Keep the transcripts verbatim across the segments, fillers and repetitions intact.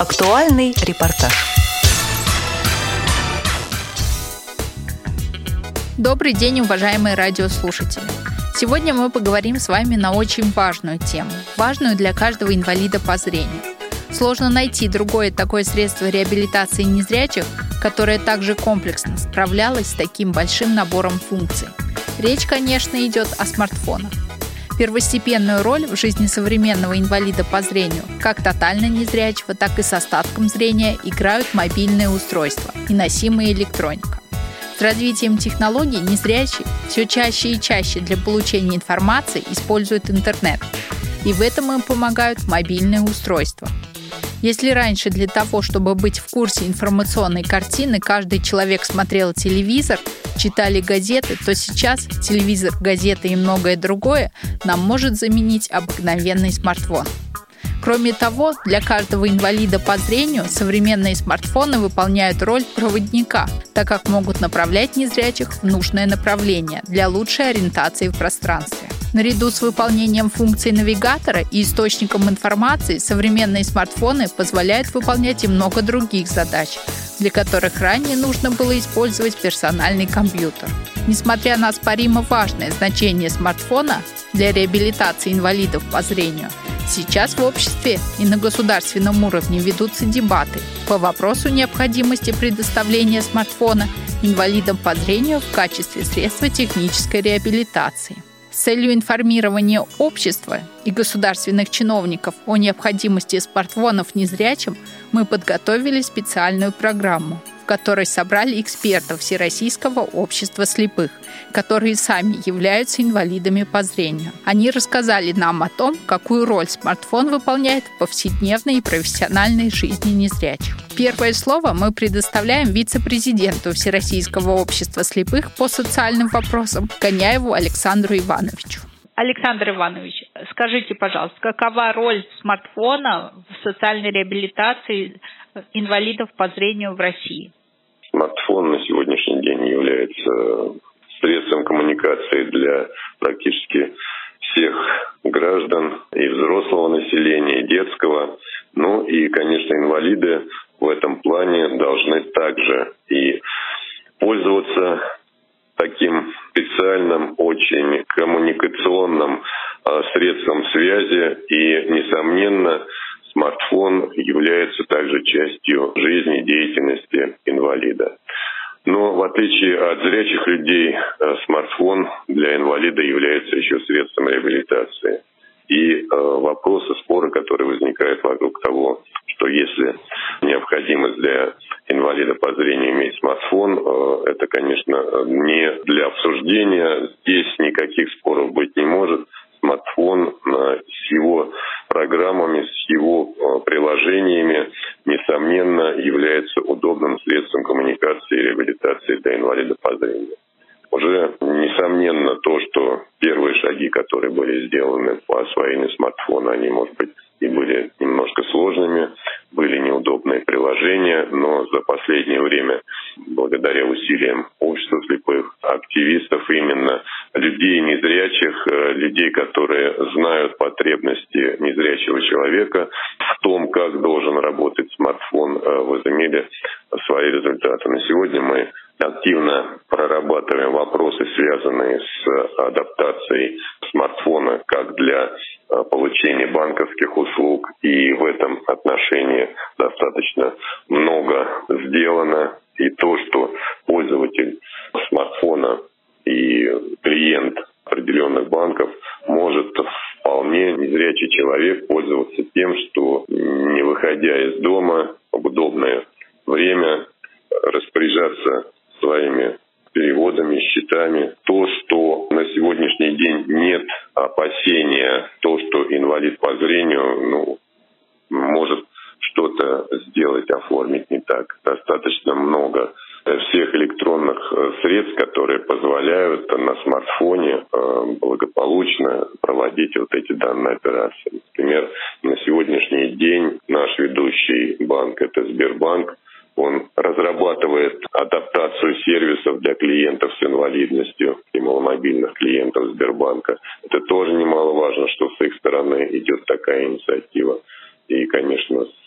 Актуальный репортаж. Добрый день, уважаемые радиослушатели! Сегодня мы поговорим с вами на очень важную тему, важную для каждого инвалида по зрению. Сложно найти другое такое средство реабилитации незрячих, которое также комплексно справлялось с таким большим набором функций. Речь, конечно, идет о смартфонах. Первостепенную роль в жизни современного инвалида по зрению, как тотально незрячего, так и с остатком зрения, играют мобильные устройства и носимая электроника. С развитием технологий незрячие все чаще и чаще для получения информации используют интернет. И в этом им помогают мобильные устройства. Если раньше для того, чтобы быть в курсе информационной картины, каждый человек смотрел телевизор, читали газеты, то сейчас телевизор, газеты и многое другое нам может заменить обыкновенный смартфон. Кроме того, для каждого инвалида по зрению современные смартфоны выполняют роль проводника, так как могут направлять незрячих в нужное направление для лучшей ориентации в пространстве. Наряду с выполнением функций навигатора и источником информации, современные смартфоны позволяют выполнять и много других задач, для которых ранее нужно было использовать персональный компьютер. Несмотря на оспоримо важное значение смартфона для реабилитации инвалидов по зрению, сейчас в обществе и на государственном уровне ведутся дебаты по вопросу необходимости предоставления смартфона инвалидам по зрению в качестве средства технической реабилитации. С целью информирования общества и государственных чиновников о необходимости смартфонов незрячим мы подготовили специальную программу, в которой собрали экспертов Всероссийского общества слепых, которые сами являются инвалидами по зрению. Они рассказали нам о том, какую роль смартфон выполняет в повседневной и профессиональной жизни незрячих. Первое слово мы предоставляем вице-президенту Всероссийского общества слепых по социальным вопросам Коняеву Александру Ивановичу. Александр Иванович, скажите, пожалуйста, какова роль смартфона в социальной реабилитации инвалидов по зрению в России? Смартфон на сегодняшний день является средством коммуникации для практически всех граждан, и взрослого населения, и детского. Ну и, конечно, инвалиды в этом плане должны также и пользоваться таким специальным, очень коммуникационным э, средством связи. И, несомненно, смартфон является также частью жизни и деятельности инвалида. Но в отличие от зрячих людей, э, смартфон для инвалида является еще средством реабилитации. И э, вопросы, споры, которые возникают вокруг того, что если необходимость для инвалида по зрению иметь смартфон, э, это, конечно, не для обсуждения. Здесь никаких споров быть не может. Смартфон э, с его программами, с его э, приложениями, несомненно, является удобным средством коммуникации и реабилитации для инвалида по зрению. Уже несомненно то, что первые шаги, которые были сделаны по освоению смартфона, они, может быть, и были немножко сложными, были неудобные приложения, но за последнее время, благодаря усилиям общества слепых, активистов, именно людей незрячих, людей, которые знают потребности незрячего человека в том, как должен работать смартфон, возымели свои результаты. На сегодня мы активно прорабатываем вопросы, связанные с адаптацией смартфона как для получения банковских услуг, и в этом отношении достаточно много сделано. И то, что пользователь смартфона и клиент определенных банков может вполне незрячий человек пользоваться тем, что, не выходя из дома, в удобное время распоряжаться своими переводами, счетами. То, что на сегодняшний день нет опасения, то, что инвалид по зрению ну, может что-то сделать, оформить не так. Достаточно много всех электронных средств, которые позволяют на смартфоне благополучно проводить вот эти данные операции. Например, на сегодняшний день наш ведущий банк – это Сбербанк. Он разрабатывает адаптацию сервисов для клиентов с инвалидностью и маломобильных клиентов Сбербанка. Это тоже немаловажно, что с их стороны идет такая инициатива. И, конечно, со стороны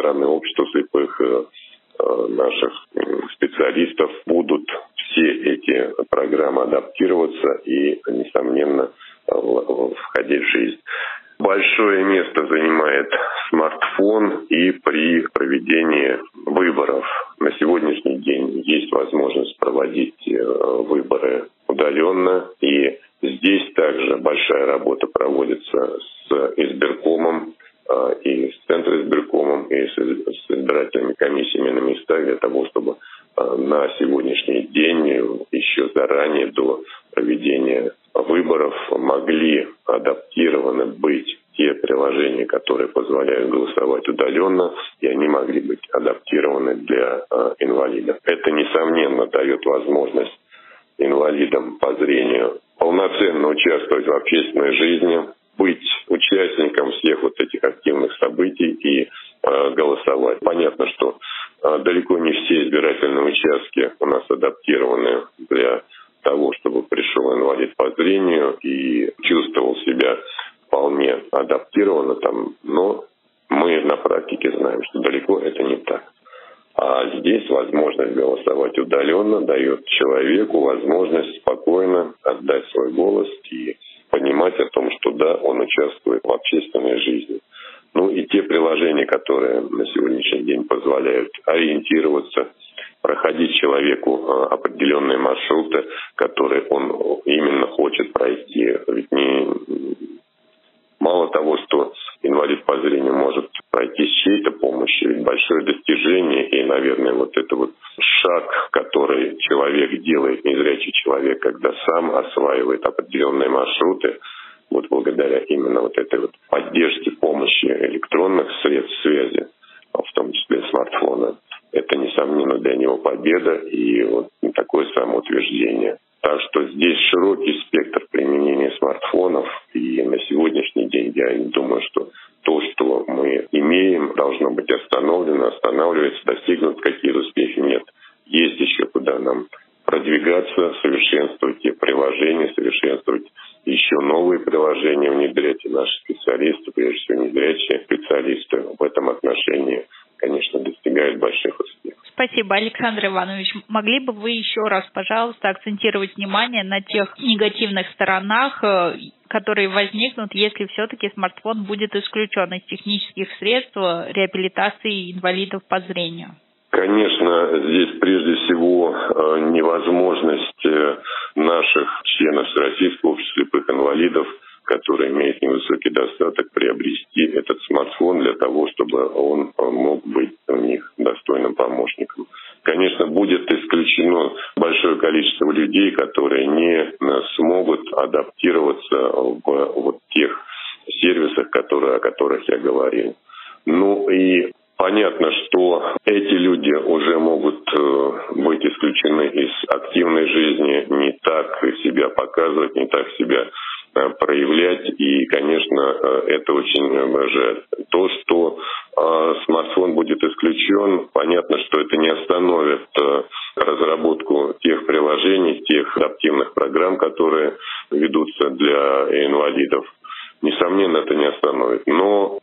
стороны общества слепых, наших специалистов будут все эти программы адаптироваться и, несомненно, входить в жизнь. Большое место занимает смартфон и при проведении выборов. На сегодняшний день есть возможность проводить выборы удаленно, и здесь также большая работа проводится с избиркомом, и с Центром избиркомом, и с избирательными комиссиями на местах для того, чтобы на сегодняшний день, еще заранее до проведения выборов, могли адаптированы быть те приложения, которые позволяют голосовать удаленно, и они могли быть адаптированы для инвалидов. Это, несомненно, дает возможность инвалидам по зрению полноценно участвовать в общественной жизни, быть участником всех вот этих активных событий и э, голосовать. Понятно, что э, далеко не все избирательные участки у нас адаптированы для того, чтобы пришел инвалид по зрению и чувствовал себя вполне адаптированно там, но мы на практике знаем, что далеко это не так. А здесь возможность голосовать удаленно дает человеку возможность спокойно отдать свой голос и понимать о том, что да, он участвует в общественной жизни. Ну и те приложения, которые на сегодняшний день позволяют ориентироваться, проходить человеку определенные маршруты, которые он именно хочет пройти. Ведь не мало того, что инвалид по зрению может пройти с чьей-то помощью, ведь большое достижение и, наверное, вот это вот шаг, который человек делает, незрячий человек, когда сам осваивает определенные маршруты, вот благодаря именно вот этой вот поддержке, помощи электронных средств связи, в том числе смартфона, это, несомненно, для него победа и вот такое самоутверждение. Так что здесь широкий спектр применения смартфонов, и на сегодняшний день я думаю, что то, что мы имеем, должно быть остановлено, останавливается, достигнут какие-то успехи нет. Есть еще куда нам продвигаться, совершенствовать те приложения, совершенствовать еще новые приложения, внедрять и наши специалисты, прежде всего незрячие специалисты в этом отношении, конечно, достигают больших успехов. Спасибо, Александр Иванович. Могли бы вы еще раз, пожалуйста, акцентировать внимание на тех негативных сторонах, которые возникнут, если все-таки смартфон будет исключен из технических средств реабилитации инвалидов по зрению? Конечно, здесь прежде всего невозможность наших членов Всероссийского общества слепых инвалидов, которые имеют невысокий достаток, приобрести этот смартфон для того, чтобы он мог быть у них достойным помощником. Конечно, будет исключено большое количество людей, которые не смогут адаптироваться в вот тех сервисах, которые, о которых я говорил. Ну и понятно, что эти люди уже могут быть исключены из активной жизни, не так себя показывать, не так себя проявлять. И, конечно, это очень жаль. То, что смартфон будет исключен, понятно, что это не остановит разработку тех приложений, тех адаптивных программ, которые ведутся для инвалидов. Несомненно, это не остановит. Но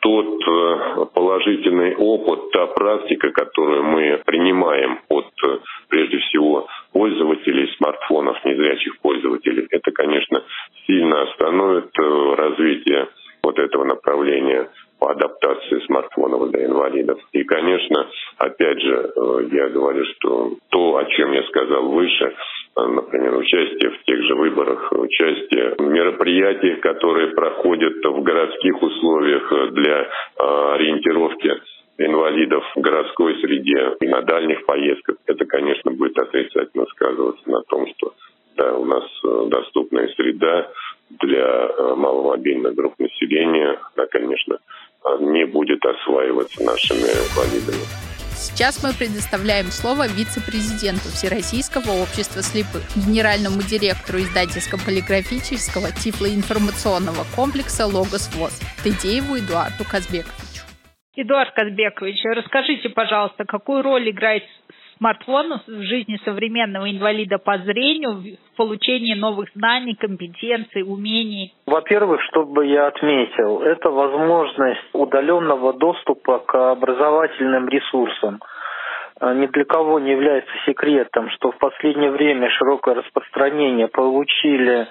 тот положительный опыт, та практика, которую мы принимаем от, прежде всего, пользователей смартфонов, незрячих пользователей, это, конечно, сильно остановит развитие вот этого направления по адаптации смартфонов для инвалидов. И, конечно, опять же, я говорю, что то, о чем я сказал выше, например, участие в тех же выборах, участие в мероприятиях, которые проходят в городских условиях для ориентировки инвалидов в городской среде и на дальних поездках, это, конечно, будет отрицательно сказываться на том, что да, у нас доступная среда для маломобильных групп населения, она, конечно, не будет осваиваться нашими инвалидами. Сейчас мы предоставляем слово вице-президенту Всероссийского общества слепых, генеральному директору издательско-полиграфического тифлоинформационного комплекса «Логос ВОС» Тедееву Эдуарду Казбековичу. Эдуард Казбекович, расскажите, пожалуйста, какую роль играет смартфон в жизни современного инвалида по зрению в получении новых знаний, компетенций, умений? Во-первых, что бы я отметил, это возможность удаленного доступа к образовательным ресурсам. Ни для кого не является секретом, что в последнее время широкое распространение получили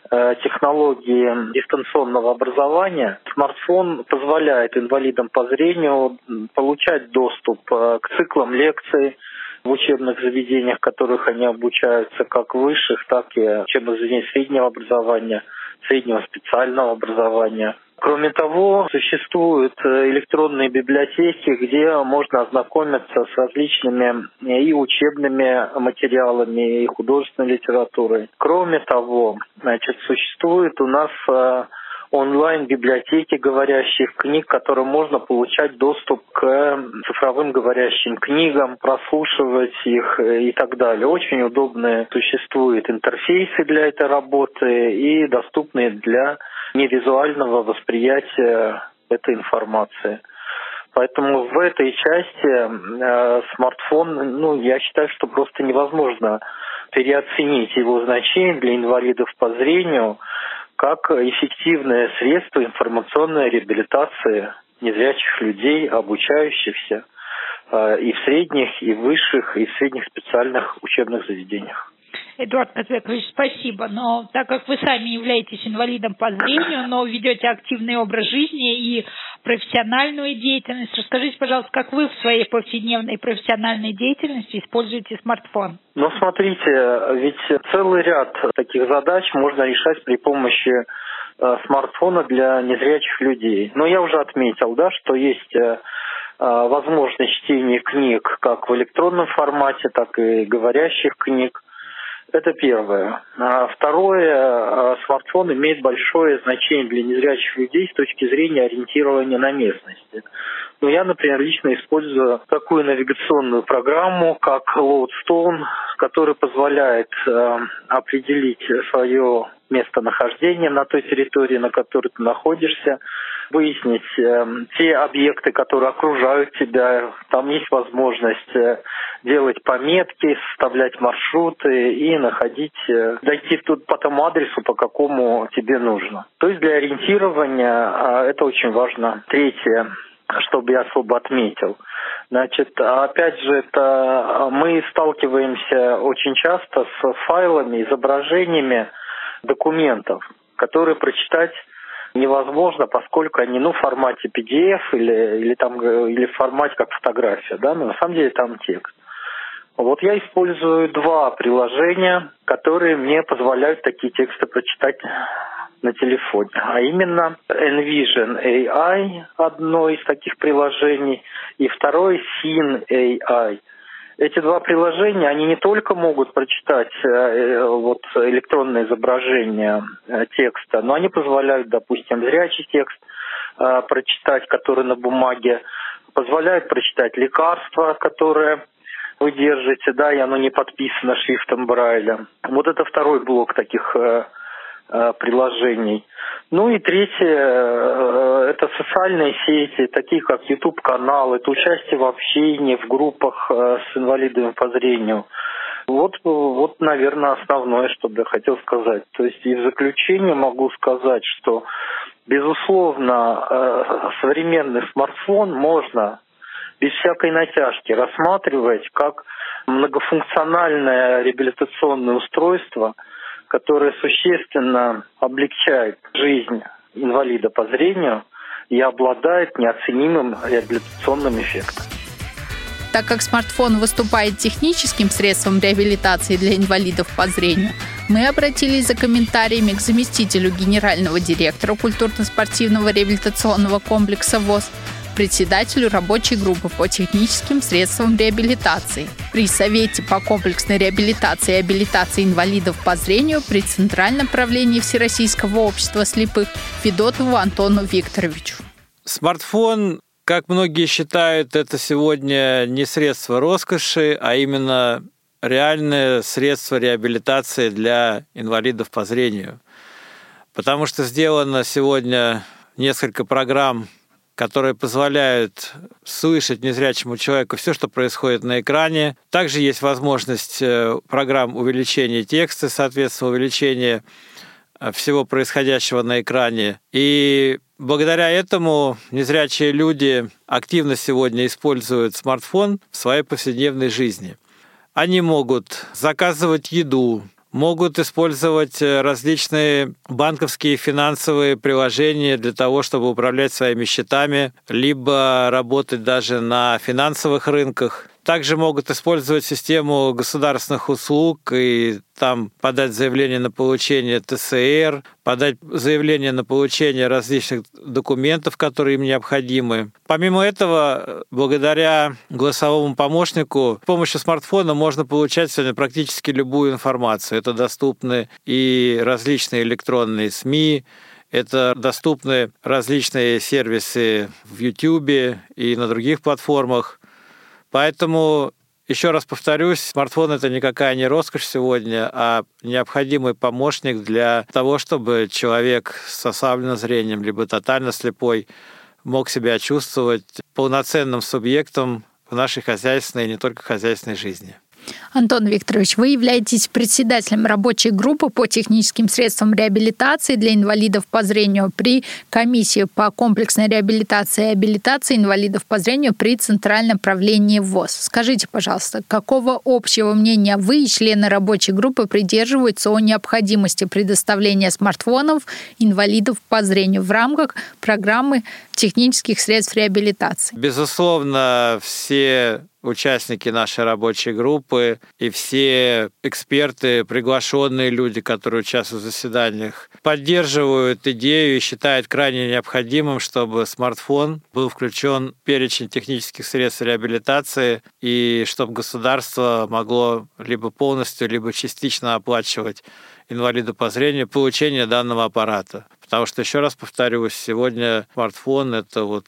технологии дистанционного образования. Смартфон позволяет инвалидам по зрению получать доступ к циклам лекций в учебных заведениях, в которых они обучаются, как высших, так и учебных заведений среднего образования, среднего специального образования. Кроме того, существуют электронные библиотеки, где можно ознакомиться с различными и учебными материалами, и художественной литературой. Кроме того, значит, существует у нас онлайн-библиотеки говорящих книг, к которым можно получать доступ к цифровым говорящим книгам, прослушивать их и так далее. Очень удобные существуют интерфейсы для этой работы и доступные для невизуального восприятия этой информации. Поэтому в этой части э, смартфон, ну, я считаю, что просто невозможно переоценить его значение для инвалидов по зрению как эффективное средство информационной реабилитации незрячих людей, обучающихся э, и в средних, и в высших, и в средних специальных учебных заведениях. Эдуард Казбекович, спасибо. Но так как вы сами являетесь инвалидом по зрению, но ведете активный образ жизни и профессиональную деятельность, расскажите, пожалуйста, как вы в своей повседневной профессиональной деятельности используете смартфон? Ну, смотрите, ведь целый ряд таких задач можно решать при помощи э, смартфона для незрячих людей. Но я уже отметил, да, что есть э, возможность чтения книг как в электронном формате, так и говорящих книг. Это первое. А второе, смартфон имеет большое значение для незрячих людей с точки зрения ориентирования на местности. Ну, я, например, лично использую такую навигационную программу, как Loadstone, которая позволяет э, определить свое местонахождение на той территории, на которой ты находишься, выяснить э, те объекты, которые окружают тебя. Там есть возможность э, делать пометки, составлять маршруты и находить, э, дойти тут по тому адресу, по какому тебе нужно. То есть для ориентирования э, это очень важно. Третье, чтобы я особо отметил. Значит, опять же, это мы сталкиваемся очень часто с файлами, изображениями документов, которые прочитать невозможно, поскольку они, ну, в формате пи ди эф или, или, там, или в формате как фотография, да, но на самом деле там текст. Вот я использую два приложения, которые мне позволяют такие тексты прочитать на телефоне. А именно Envision эй ай, одно из таких приложений, и второе Scene эй ай. Эти два приложения, они не только могут прочитать э, вот, электронное изображение э, текста, но они позволяют, допустим, зрячий текст э, прочитать, который на бумаге, позволяют прочитать лекарства, которые вы держите, да, и оно не подписано шрифтом Брайля. Вот это второй блок таких э, э, приложений. Ну и третье, э, это социальные сети, такие как YouTube-канал, это участие в общении, в группах э, с инвалидами по зрению. Вот, вот, наверное, основное, что бы я хотел сказать. То есть и в заключение могу сказать, что, безусловно, э, современный смартфон можно без всякой натяжки рассматривать как многофункциональное реабилитационное устройство, которое существенно облегчает жизнь инвалида по зрению и обладает неоценимым реабилитационным эффектом. Так как смартфон выступает техническим средством реабилитации для инвалидов по зрению, мы обратились за комментариями к заместителю генерального директора культурно-спортивного реабилитационного комплекса ВОС, председателю рабочей группы по техническим средствам реабилитации при Совете по комплексной реабилитации и абилитации инвалидов по зрению при Центральном правлении Всероссийского общества слепых Федотову Антону Викторовичу. Смартфон, как многие считают, это сегодня не средство роскоши, а именно реальное средство реабилитации для инвалидов по зрению. Потому что сделано сегодня несколько программ которые позволяют слышать незрячему человеку все, что происходит на экране. Также есть возможность программ увеличения текста, соответственно, увеличения всего происходящего на экране. И благодаря этому незрячие люди активно сегодня используют смартфон в своей повседневной жизни. Они могут заказывать еду, могут использовать различные банковские финансовые приложения для того, чтобы управлять своими счетами, либо работать даже на финансовых рынках. Также могут использовать систему государственных услуг и там подать заявление на получение тэ эс эр, подать заявление на получение различных документов, которые им необходимы. Помимо этого, благодаря голосовому помощнику, с помощью смартфона можно получать сегодня практически любую информацию. Это доступны и различные электронные СМИ, это доступны различные сервисы в Ютубе и на других платформах. Поэтому, еще раз повторюсь, смартфон – это никакая не роскошь сегодня, а необходимый помощник для того, чтобы человек с ослабленным зрением, либо тотально слепой, мог себя чувствовать полноценным субъектом в нашей хозяйственной и не только хозяйственной жизни. Антон Викторович, вы являетесь председателем рабочей группы по техническим средствам реабилитации для инвалидов по зрению при комиссии по комплексной реабилитации и абилитации инвалидов по зрению при Центральном правлении ВОС. Скажите, пожалуйста, какого общего мнения вы и члены рабочей группы придерживаются о необходимости предоставления смартфонов инвалидов по зрению в рамках программы технических средств реабилитации? Безусловно, все участники нашей рабочей группы и все эксперты, приглашенные люди, которые участвуют в заседаниях, поддерживают идею и считают крайне необходимым, чтобы смартфон был включен в перечень технических средств реабилитации и чтобы государство могло либо полностью, либо частично оплачивать инвалиду по зрению получение данного аппарата. Потому что, еще раз повторюсь, сегодня смартфон – это вот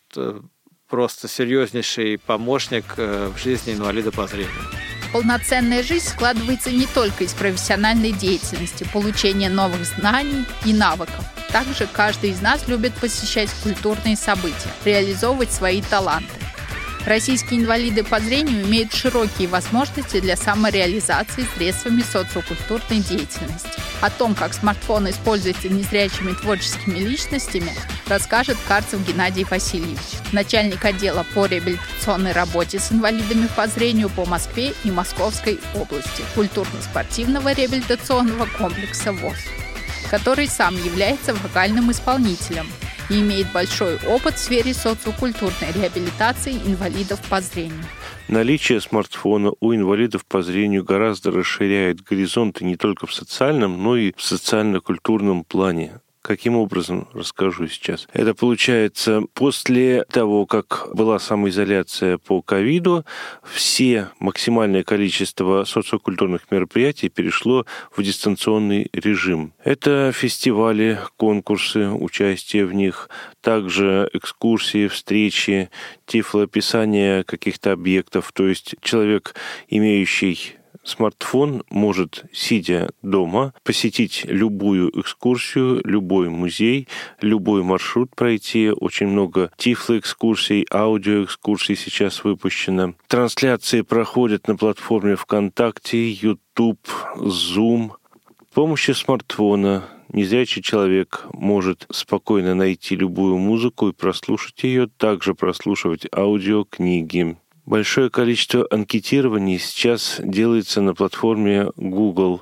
просто серьезнейший помощник в жизни инвалида по зрению. Полноценная жизнь складывается не только из профессиональной деятельности, получения новых знаний и навыков. Также каждый из нас любит посещать культурные события, реализовывать свои таланты. Российские инвалиды по зрению имеют широкие возможности для самореализации средствами социокультурной деятельности. О том, как смартфон используется незрячими творческими личностями, расскажет Карцев Геннадий Васильевич, начальник отдела по реабилитационной работе с инвалидами по зрению по Москве и Московской области культурно-спортивного реабилитационного комплекса ВОС, который сам является вокальным исполнителем и имеет большой опыт в сфере социокультурной реабилитации инвалидов по зрению. Наличие смартфона у инвалидов по зрению гораздо расширяет горизонты не только в социальном, но и в социально-культурном плане. Каким образом, расскажу сейчас. Это получается, после того, как была самоизоляция по ковиду, все максимальное количество социокультурных мероприятий перешло в дистанционный режим. Это фестивали, конкурсы, участие в них, также экскурсии, встречи, тифлоописание каких-то объектов. То есть человек, имеющий смартфон, может, сидя дома, посетить любую экскурсию, любой музей, любой маршрут пройти. Очень много тифлоэкскурсий, аудиоэкскурсий сейчас выпущено. Трансляции проходят на платформе ВКонтакте, Ютуб, Зум. С помощью смартфона незрячий человек может спокойно найти любую музыку и прослушать ее, также прослушивать аудиокниги. Большое количество анкетирований сейчас делается на платформе Google,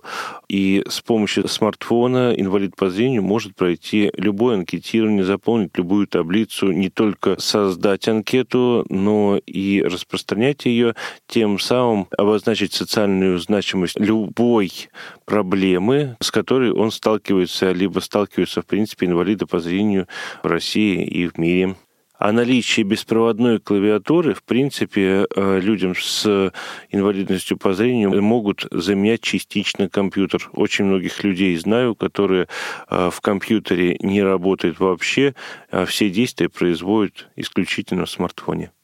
и с помощью смартфона инвалид по зрению может пройти любое анкетирование, заполнить любую таблицу, не только создать анкету, но и распространять ее, тем самым обозначить социальную значимость любой проблемы, с которой он сталкивается, либо сталкиваются, в принципе, инвалиды по зрению в России и в мире. О наличии беспроводной клавиатуры, в принципе, людям с инвалидностью по зрению могут заменять частично компьютер. Очень многих людей знаю, которые в компьютере не работают вообще, а все действия производят исключительно в смартфоне.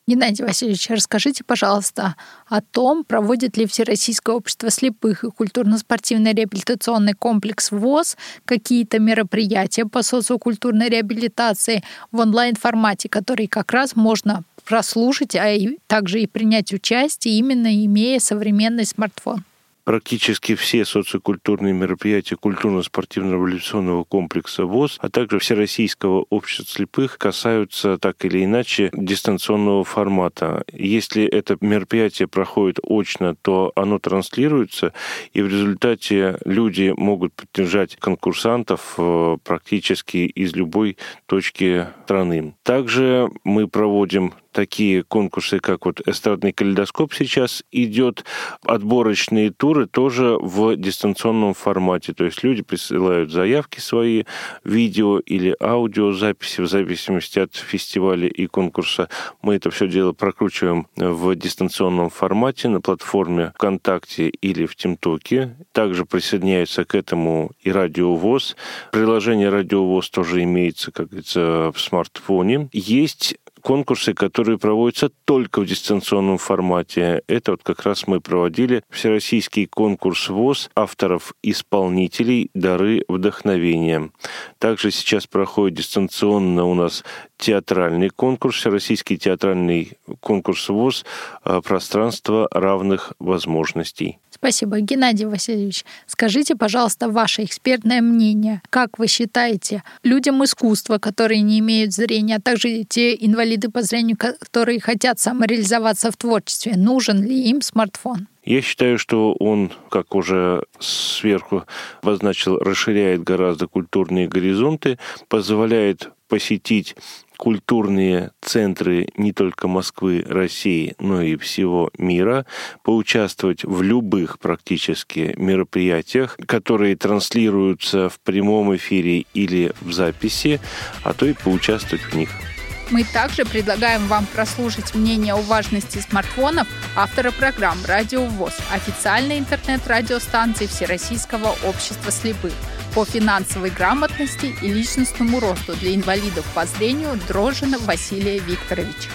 Геннадий Васильевич, расскажите, пожалуйста, о том, проводит ли Всероссийское общество слепых и культурно-спортивный реабилитационный комплекс ВОС какие-то мероприятия по социокультурной реабилитации в онлайн-формате, которые как раз можно прослушать, а также и принять участие, именно имея современный смартфон. Практически все социокультурные мероприятия культурно-спортивно-революционного комплекса ВОС, а также Всероссийского общества слепых касаются так или иначе дистанционного формата. Если это мероприятие проходит очно, то оно транслируется, и в результате люди могут поддержать конкурсантов практически из любой точки страны. Также мы проводим такие конкурсы, как вот «Эстрадный калейдоскоп» сейчас идет, отборочные туры тоже в дистанционном формате. То есть люди присылают заявки свои, видео или аудиозаписи, в зависимости от фестиваля и конкурса. Мы это все дело прокручиваем в дистанционном формате на платформе ВКонтакте или в ТимТоке. Также присоединяется к этому и Радио ВОС. Приложение Радио ВОС тоже имеется, как говорится, в смартфоне. Есть конкурсы, которые проводятся только в дистанционном формате. Это вот как раз мы проводили Всероссийский конкурс ВОС авторов-исполнителей «Дары вдохновения». Также сейчас проходит дистанционно у нас театральный конкурс, Всероссийский театральный конкурс ВОС «Пространство равных возможностей». Спасибо. Геннадий Васильевич, скажите, пожалуйста, ваше экспертное мнение. Как вы считаете, людям искусства, которые не имеют зрения, а также те инвалиды по зрению, которые хотят самореализоваться в творчестве, нужен ли им смартфон? Я считаю, что он, как уже сверху обозначил, расширяет гораздо культурные горизонты, позволяет посетить культурные центры не только Москвы, России, но и всего мира, поучаствовать в любых практически мероприятиях, которые транслируются в прямом эфире или в записи, а то и поучаствовать в них. Мы также предлагаем вам прослушать мнение о важности смартфонов автора программ «Радио ВОС», официальной интернет-радиостанции Всероссийского общества слепых, по финансовой грамотности и личностному росту для инвалидов по зрению Дрожжина Василия Викторовича.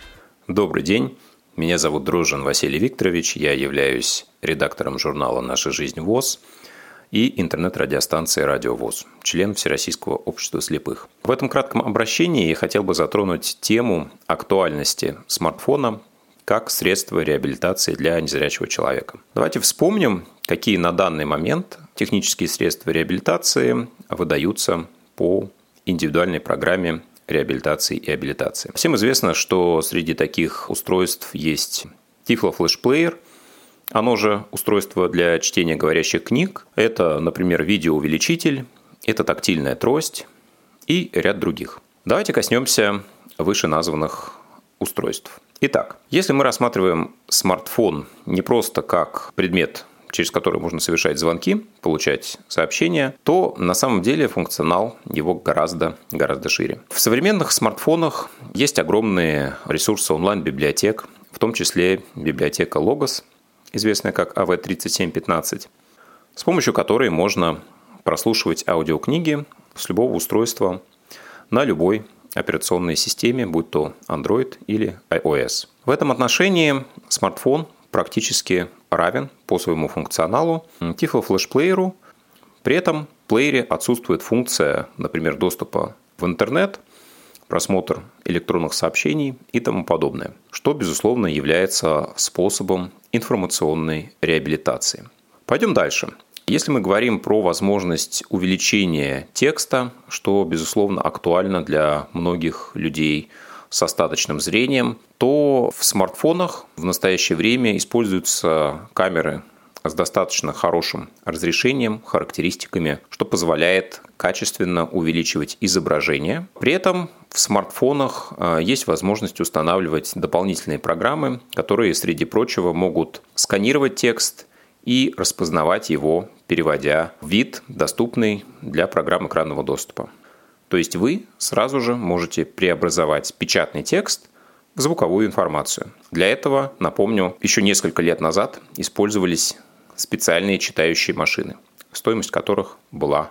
Добрый день, меня зовут Дрожжин Василий Викторович, я являюсь редактором журнала «Наша жизнь ВОС» и интернет-радиостанции «Радио ВОС», член Всероссийского общества слепых. В этом кратком обращении я хотел бы затронуть тему актуальности смартфона как средство реабилитации для незрячего человека. Давайте вспомним, какие на данный момент технические средства реабилитации выдаются по индивидуальной программе реабилитации и абилитации. Всем известно, что среди таких устройств есть Tiflo Flash Player, оно же устройство для чтения говорящих книг. Это, например, видеоувеличитель, это тактильная трость и ряд других. Давайте коснемся вышеназванных устройств. Итак, если мы рассматриваем смартфон не просто как предмет, через который можно совершать звонки, получать сообщения, то на самом деле функционал его гораздо, гораздо шире. В современных смартфонах есть огромные ресурсы онлайн-библиотек, в том числе библиотека Logos, известная как эй ви тридцать семь пятнадцать, с помощью которой можно прослушивать аудиокниги с любого устройства на любой операционной системе, будь то Android или iOS. В этом отношении смартфон практически равен по своему функционалу Tiflo Flash Player. При этом в плеере отсутствует функция, например, доступа в интернет, просмотр электронных сообщений и тому подобное, что, безусловно, является способом информационной реабилитации. Пойдем дальше. Если мы говорим про возможность увеличения текста, что, безусловно, актуально для многих людей с остаточным зрением, то в смартфонах в настоящее время используются камеры с достаточно хорошим разрешением, характеристиками, что позволяет качественно увеличивать изображение. При этом в смартфонах есть возможность устанавливать дополнительные программы, которые, среди прочего, могут сканировать текст и распознавать его, переводя в вид, доступный для программ экранного доступа. То есть вы сразу же можете преобразовать печатный текст в звуковую информацию. Для этого, напомню, еще несколько лет назад использовались специальные читающие машины, стоимость которых была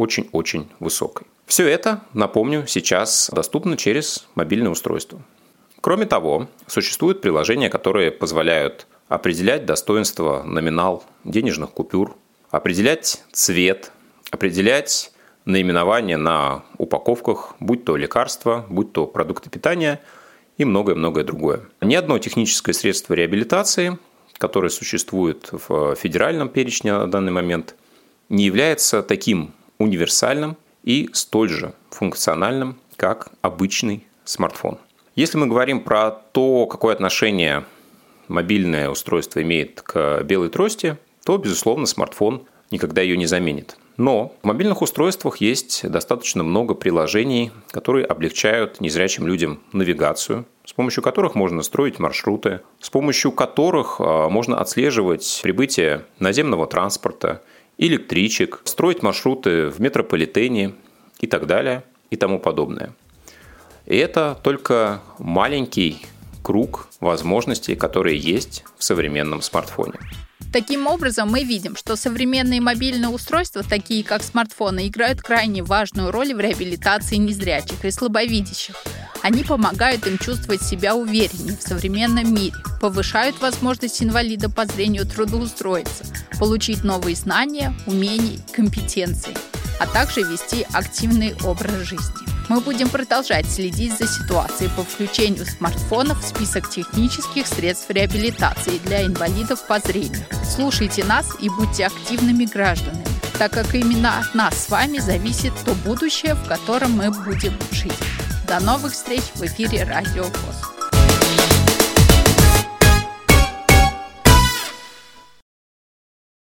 очень-очень высокой. Все это, напомню, сейчас доступно через мобильное устройство. Кроме того, существуют приложения, которые позволяют определять достоинство, номинал денежных купюр, определять цвет, определять наименования на упаковках, будь то лекарства, будь то продукты питания и многое-многое другое. Ни одно техническое средство реабилитации, которое существует в федеральном перечне на данный момент, не является таким универсальным и столь же функциональным, как обычный смартфон. Если мы говорим про то, какое отношение мобильное устройство имеет к белой трости, то, безусловно, смартфон никогда ее не заменит. Но в мобильных устройствах есть достаточно много приложений, которые облегчают незрячим людям навигацию, с помощью которых можно строить маршруты, с помощью которых можно отслеживать прибытие наземного транспорта, электричек, строить маршруты в метрополитене и так далее и тому подобное. И это только маленький круг возможностей, которые есть в современном смартфоне. Таким образом, мы видим, что современные мобильные устройства, такие как смартфоны, играют крайне важную роль в реабилитации незрячих и слабовидящих. Они помогают им чувствовать себя увереннее в современном мире, повышают возможность инвалида по зрению трудоустроиться, получить новые знания, умения и компетенции, а также вести активный образ жизни. Мы будем продолжать следить за ситуацией по включению смартфонов в список технических средств реабилитации для инвалидов по зрению. Слушайте нас и будьте активными гражданами, так как именно от нас с вами зависит то будущее, в котором мы будем жить. До новых встреч в эфире Радио ВОС.